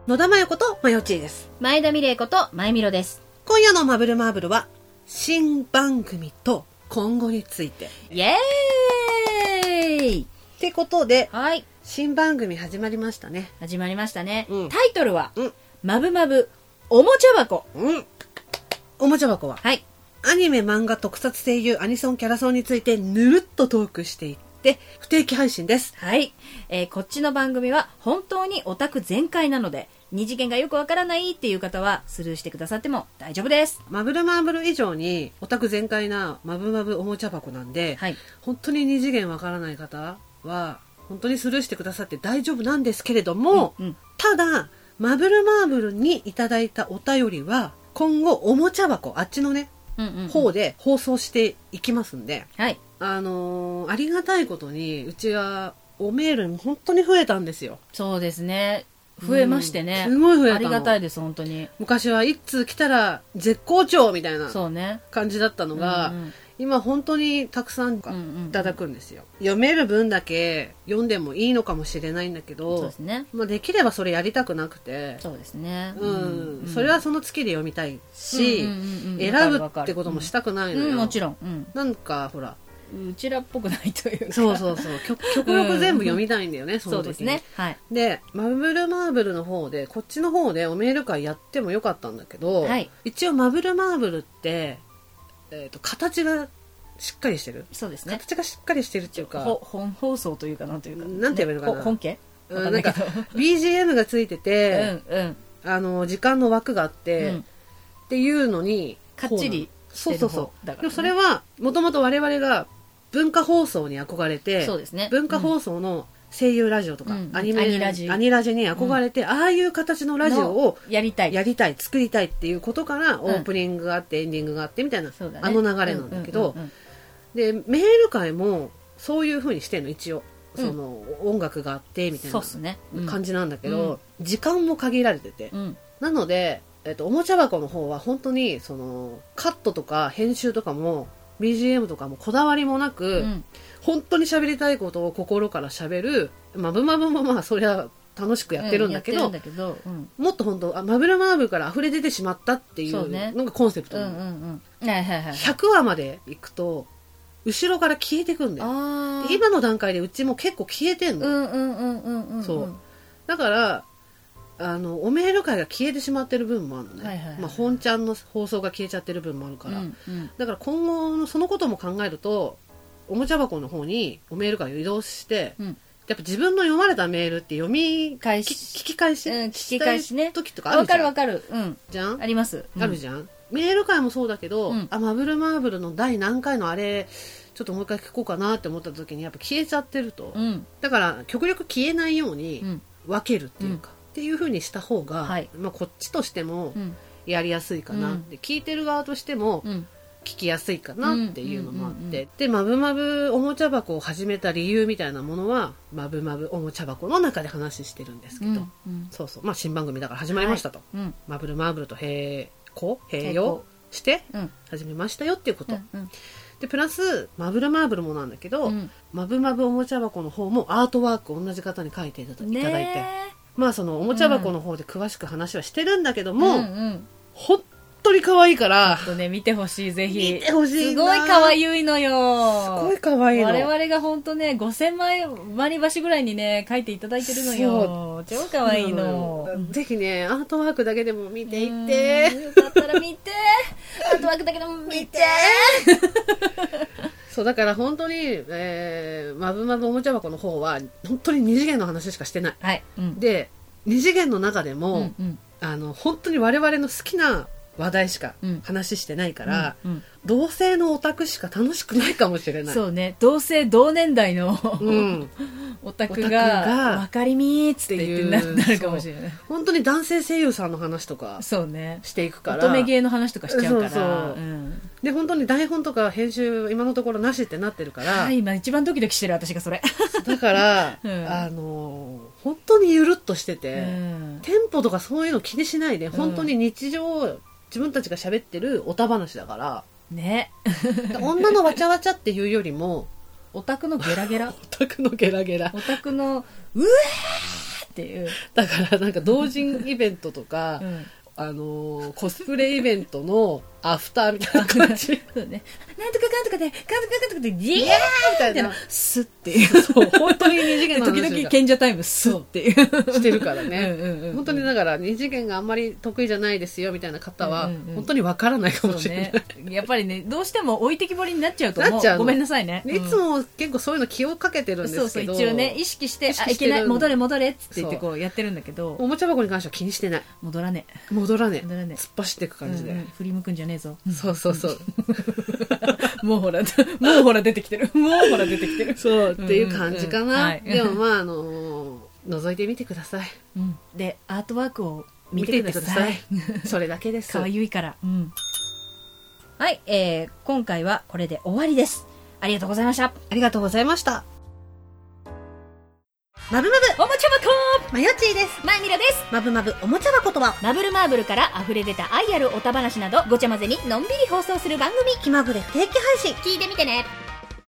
野田真代子とまよちーです。 前田美玲子と前みろです。 今夜のマブルマーブルは新番組と今後についてイエーイってことで、 はい、 新番組始まりましたね。 始まりましたね、 うん、 タイトルは、まぶまぶおもちゃ箱、 おもちゃ箱は、 はい、 アニメ、漫画、特撮、声優、アニソン、キャラソンについてぬるっとトークしていって不定期配信です。 はい、こっちの番組は本当にオタク全開なので、二次元がよくわからないっていう方はスルーしてくださっても大丈夫です。 マブルマーブル以上にオタク全開なマブマブおもちゃ箱なんで、 はい、 本当に二次元わからない方は本当にスルーしてくださって大丈夫なんですけれども、ただマブルマーブルにいただいたお便りは今後おもちゃ箱あっちのね、方で放送していきますんで、 はい、 ありがたいことにうちはおメール本当に増えたんですよ。 そうですね、増えましてね、 すごい増えたの。 ありがたいです。本当に昔は一通来たら絶好調みたいな感じだったのが、今本当にたくさんいただくんですよ。読める分だけ読んでもいいのかもしれないんだけど、 そうですね、 まあ、できればそれやりたくなくて、 そうですね、 それはその月で読みたいし、選ぶってこともしたくないのよ、 もちろん、 なんかほらうちらっぽくないというか、 そう極力全部読みたいんだよね、その時に。 そうですね、はい、 でマブルマーブルの方でこっちの方でおメール会やってもよかったんだけど、 はい、 一応マブルマーブルって、形がしっかりしてる。そうですね、形がしっかりしてるっていうか、 本放送というかなんていうか、 なんて言えばいいのかな、 本家なんか BGM がついてて時間の枠があって、っていうのにかっちりしてる方だから、ね、 でもそれはもともと我々が文化放送に憧れて、 そうですね、 文化放送の声優ラジオとか、アニラジに憧れて、ああいう形のラジオをやりたい作りたいっていうことから、オープニングがあってエンディングがあってみたいな、あの流れなんだけど、でメール会もそういう風にしてんの一応。その音楽があってみたいな感じなんだけど、時間も限られてて、なので、おもちゃ箱の方は本当にそのカットとか編集とかも BGM とかもこだわりもなく、本当に喋りたいことを心から喋る。マブマブもまあそりゃ楽しくやってるんだけど、もっと本当マブルマーブルから溢れ出てしまったっていうのがコンセプトなの。100話まで行くと後ろから消えてくんだよ。今の段階でうちも結構消えてんの。そうだからおメール会が消えてしまってる分もあるのね。本ちゃんの放送が消えちゃってる分もあるから、だから今後のそのことも考えるとおもちゃ箱の方におメール会を移動して、やっぱ自分の読まれたメールって読み返し聞き返しね時とかあるじゃん。 わかる、 じゃん、 あります、 あるじゃん。メール会もそうだけど、マブルマーブルの第何回のあれちょっともう一回聞こうかなって思った時にやっぱ消えちゃってると、だから極力消えないように分けるっていうか、っていう風にした方が、まあ、こっちとしてもやりやすいかなって、聞いてる側としても聞きやすいかなっていうのもあって、でマブマブおもちゃ箱を始めた理由みたいなものはマブマブおもちゃ箱の中で話してるんですけど、まあ新番組だから始まりましたと、マブルマーブルと併用して始めましたよっていうこと、でプラスマブルマーブルもなんだけど、マブマブおもちゃ箱の方もアートワーク同じ方に書いていただいて、まあそのおもちゃ箱の方で詳しく話はしてるんだけども、本当に可愛いからちょっとね見てほしい。ぜひ見てほしい。 すごい可愛いのよ。 すごい可愛いの。 我々が本当ね5000枚割り箸ぐらいにね書いていただいてるのよ。超可愛いの。 ぜひねアートワークだけでも見ていって。 よかったら見て。アートワークだけでも見て。 そうだから本当に、マブマブおもちゃ箱の方は本当に二次元の話しかしてない。で二次元の中でも、本当に我々の好きな話題しか話してないから、同性のオタクしか楽しくないかもしれない。 そうね、同性同年代の、オタクが分かりみーっつって言ってなるかもしれない。 本当に男性声優さんの話とかしていくから、 乙女芸の話とかしちゃうから、 で本当に台本とか編集今のところなしってなってるから、 今一番ドキドキしてる私がそれだから本当にゆるっとしてて、テンポとかそういうの気にしないで、本当に日常自分たちが喋ってるおた話だからね。 女のわちゃわちゃっていうよりもオタクのゲラゲラオタクのゲラゲラ、 オタクのうわーっっていう。 だからなんか同人イベントとか、コスプレイベントのアフターみたいな感じ。 そうね。なんとかかんとかで、かんとかかんとかで、ギャーみたいな。スッっていう。 そう、本当に二次元の話が。 時々賢者タイムスッっていう。 してるからね。本当にだから二次元があんまり得意じゃないですよみたいな方は、本当にわからないかもしれない。 やっぱりね、どうしても置いてきぼりになっちゃうと思う。ごめんなさいね。 いつも結構そういうの気をかけてるんですけど。 そうそう、一応ね、意識して、いけない、戻れ戻れっつって言ってこうやってるんだけど。 おもちゃ箱に関しては気にしてない。 戻らね。 戻らね。突っ走っていく感じで。 振り向くんじゃねえぞ。 そうそうそう。 もうほら出てきてる。 そうっていう感じかな。でもまあ覗いてみてください。 でアートワークを見てください。 それだけです。 かわいいから。はい、今回はこれで終わりです。ありがとうございました。 ありがとうございました。 まぶまぶおもちゃ箱まよちーです。 まゆみらです。 まぶまぶおもちゃ箱とは、 マブルマーブルから溢れ出た愛あるおた話などごちゃ混ぜにのんびり放送する番組。 気まぐれ不定期配信。 聞いてみてね。